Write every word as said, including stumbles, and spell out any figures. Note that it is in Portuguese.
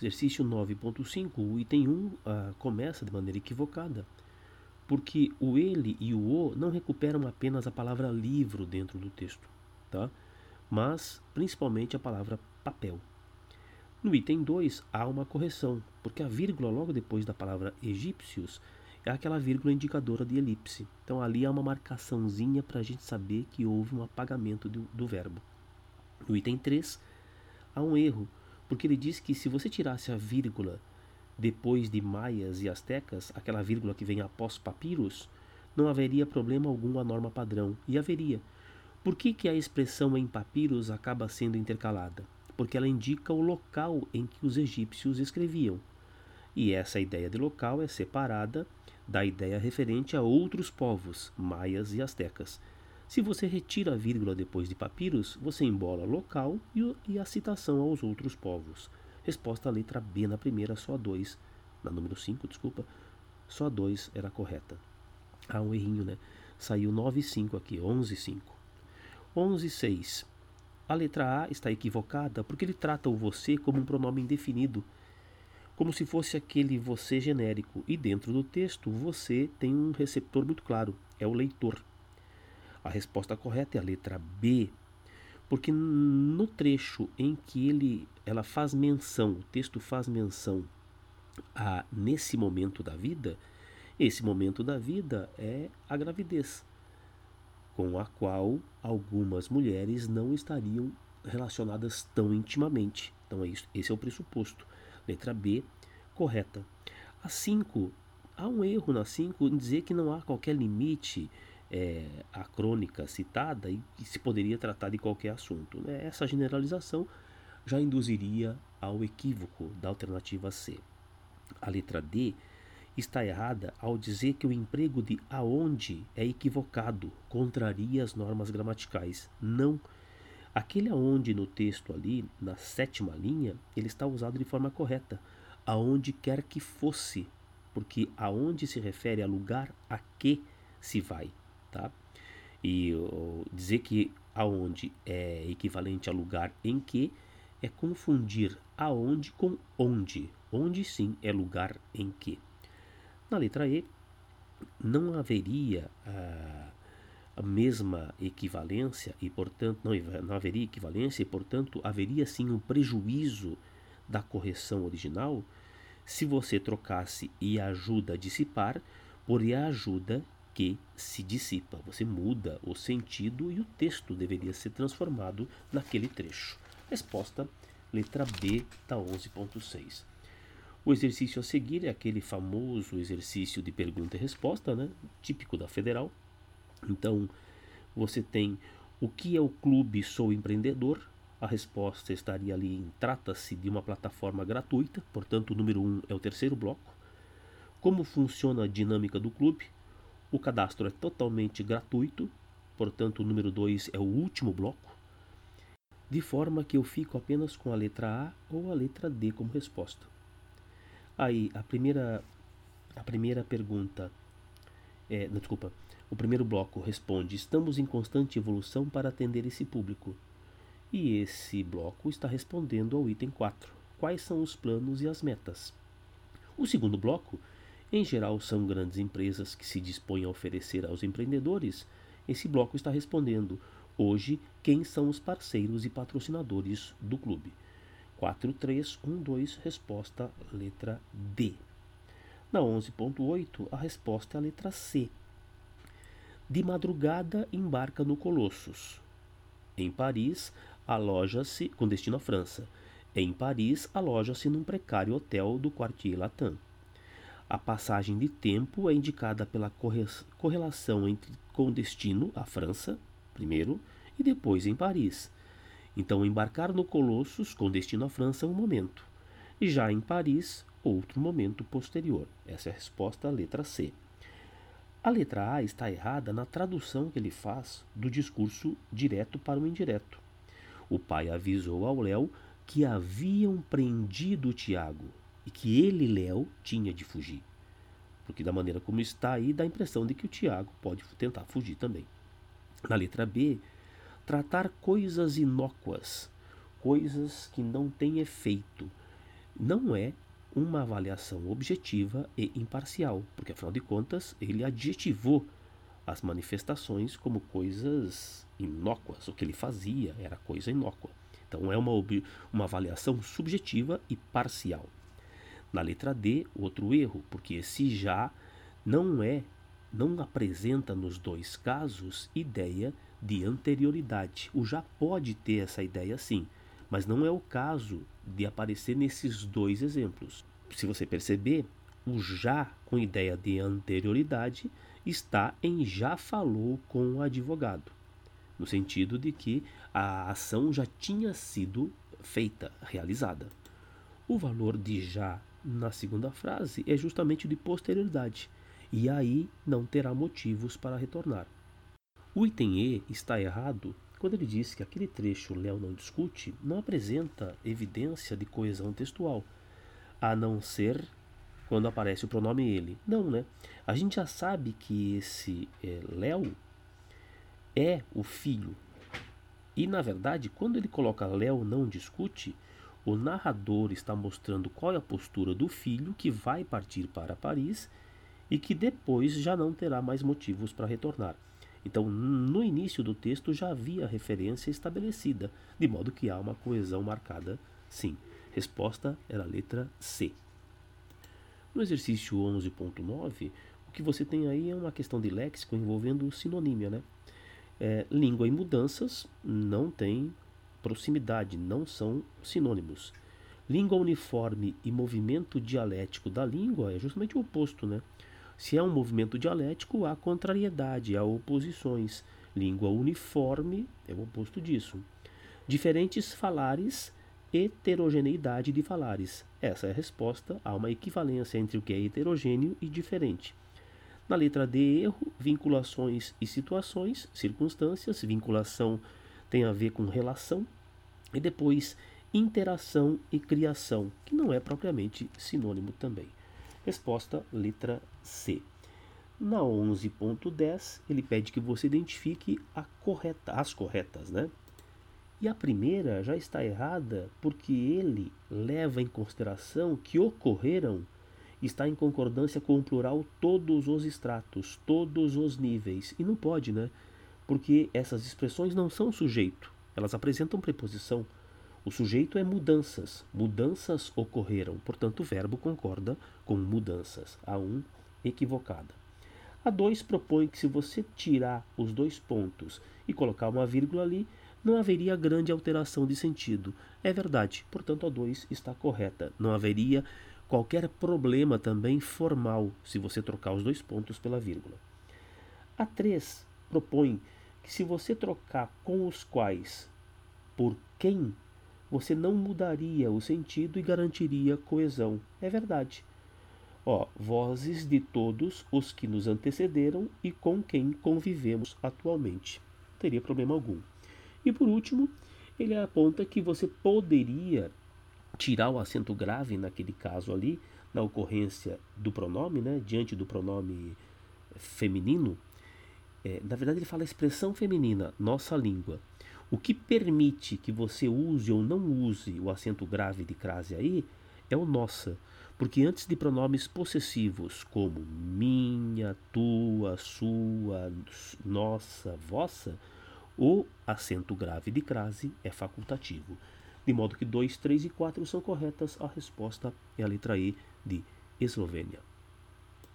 exercício nove ponto cinco, o item um ah, começa de maneira equivocada, porque o ele e o o não recuperam apenas a palavra livro dentro do texto, tá? Mas principalmente a palavra papel. No item dois há uma correção, porque a vírgula logo depois da palavra egípcios é aquela vírgula indicadora de elipse. Então ali há uma marcaçãozinha para a gente saber que houve um apagamento do, do verbo. No item três há um erro, porque ele diz que se você tirasse a vírgula depois de maias e astecas, aquela vírgula que vem após papiros, não haveria problema algum à norma padrão. E haveria. Por que, que a expressão em papiros acaba sendo intercalada? Porque ela indica o local em que os egípcios escreviam. E essa ideia de local é separada da ideia referente a outros povos, maias e astecas. Se você retira a vírgula depois de papiros, você embola local e a citação aos outros povos. Resposta à letra B na primeira, só a dois. Na número cinco, desculpa, só a dois era correta. Ah, um errinho, né? Saiu nove e cinco aqui, onze e cinco. onze e seis. A letra A está equivocada porque ele trata o você como um pronome indefinido, como se fosse aquele você genérico, e dentro do texto você tem um receptor muito claro, é o leitor. A resposta correta é a letra B, porque no trecho em que ele, ela faz menção, o texto faz menção a nesse momento da vida, esse momento da vida é a gravidez, com a qual algumas mulheres não estariam relacionadas tão intimamente. Então é isso, esse é o pressuposto. Letra B, correta. A cinco, há um erro na cinco em dizer que não há qualquer limite é, à crônica citada e que se poderia tratar de qualquer assunto. Né? Essa generalização já induziria ao equívoco da alternativa C. A letra D está errada ao dizer que o emprego de aonde é equivocado, contraria as normas gramaticais. Não. Aquele aonde no texto ali, na sétima linha, ele está usado de forma correta. Aonde quer que fosse, porque aonde se refere a lugar a que se vai, tá? E uh, dizer que aonde é equivalente a lugar em que é confundir aonde com onde. Onde sim é lugar em que. Na letra E, não haveria a, a mesma equivalência e, portanto, não, não haveria equivalência e, portanto, haveria sim um prejuízo da correção original se você trocasse e ajuda a dissipar por e ajuda que se dissipa. Você muda o sentido e o texto deveria ser transformado naquele trecho. Resposta, letra B da onze ponto seis. O exercício a seguir é aquele famoso exercício de pergunta e resposta, né? Típico da Federal. Então, você tem o que é o Clube Sou Empreendedor? A resposta estaria ali em trata-se de uma plataforma gratuita, portanto o número um é o terceiro bloco. Como funciona a dinâmica do clube? O cadastro é totalmente gratuito, portanto o número dois é o último bloco. De forma que eu fico apenas com a letra A ou a letra D como resposta. Aí, a primeira, a primeira pergunta, é, não, desculpa, o primeiro bloco responde: estamos em constante evolução para atender esse público. E esse bloco está respondendo ao item quatro. Quais são os planos e as metas? O segundo bloco, em geral, são grandes empresas que se dispõem a oferecer aos empreendedores. Esse bloco está respondendo: hoje, quem são os parceiros e patrocinadores do clube? quatro, três, um, dois, resposta letra D. Na onze ponto oito, a resposta é a letra C. De madrugada embarca no Colossus. Em Paris, aloja-se com destino à França. Em Paris, aloja-se num precário hotel do Quartier Latin. A passagem de tempo é indicada pela correlação entre com destino à França, primeiro, e depois em Paris. Então, embarcar no Colossus com destino à França é um momento. E já em Paris, outro momento posterior. Essa é a resposta à letra C. A letra A está errada na tradução que ele faz do discurso direto para o indireto. O pai avisou ao Léo que haviam prendido o Tiago e que ele, Léo, tinha de fugir. Porque da maneira como está aí, dá a impressão de que o Tiago pode tentar fugir também. Na letra B, tratar coisas inócuas, coisas que não têm efeito. não é uma avaliação objetiva e imparcial, porque afinal de contas ele adjetivou as manifestações como coisas inócuas. O que ele fazia era coisa inócua. Então é uma, uma avaliação subjetiva e parcial. Na letra D, outro erro, porque esse já não é, não apresenta nos dois casos ideia de anterioridade. O já pode ter essa ideia sim, mas não é o caso de aparecer nesses dois exemplos. Se você perceber, o já com ideia de anterioridade está em já falou com o advogado, no sentido de que a ação já tinha sido feita, realizada. O valor de já na segunda frase é justamente de posterioridade, e aí não terá motivos para retornar. O item E está errado quando ele diz que aquele trecho Léo não discute não apresenta evidência de coesão textual, a não ser quando aparece o pronome ele. Não, né? A gente já sabe que esse é, Léo é o filho. E, na verdade, quando ele coloca Léo não discute, o narrador está mostrando qual é a postura do filho que vai partir para Paris e que depois já não terá mais motivos para retornar. Então, no início do texto já havia referência estabelecida, de modo que há uma coesão marcada, sim. Resposta era a letra C. No exercício onze ponto nove, o que você tem aí é uma questão de léxico envolvendo sinonímia, né? É, língua e mudanças não têm proximidade, não são sinônimos. Língua uniforme e movimento dialético da língua é justamente o oposto, né? Se é um movimento dialético, há contrariedade, há oposições. Língua uniforme é o oposto disso. Diferentes falares, heterogeneidade de falares. Essa é a resposta. Há uma equivalência entre o que é heterogêneo e diferente. Na letra D, erro, vinculações e situações, circunstâncias. Vinculação tem a ver com relação. E depois, interação e criação, que não é propriamente sinônimo também. Resposta, letra C. Na onze ponto dez, ele pede que você identifique a correta, as corretas, né? E a primeira já está errada porque ele leva em consideração que ocorreram está em concordância com o plural todos os estratos, todos os níveis. E não pode, né? Porque essas expressões não são sujeito, elas apresentam preposição. O sujeito é mudanças. Mudanças ocorreram. Portanto, o verbo concorda com mudanças. A um, equivocada. A dois propõe que se você tirar os dois pontos e colocar uma vírgula ali, não haveria grande alteração de sentido. É verdade. Portanto, a dois está correta. Não haveria qualquer problema também formal se você trocar os dois pontos pela vírgula. A três propõe que se você trocar com os quais por quem, você não mudaria o sentido e garantiria coesão. É verdade. Ó, vozes de todos os que nos antecederam e com quem convivemos atualmente. Não teria problema algum. E por último, ele aponta que você poderia tirar o acento grave naquele caso ali, na ocorrência do pronome, né, diante do pronome feminino. É, na verdade ele fala expressão feminina, nossa língua. O que permite que você use ou não use o acento grave de crase aí é o nossa, porque antes de pronomes possessivos como minha, tua, sua, nossa, vossa, o acento grave de crase é facultativo. De modo que dois, três e quatro são corretas, a resposta é a letra E de Eslovênia.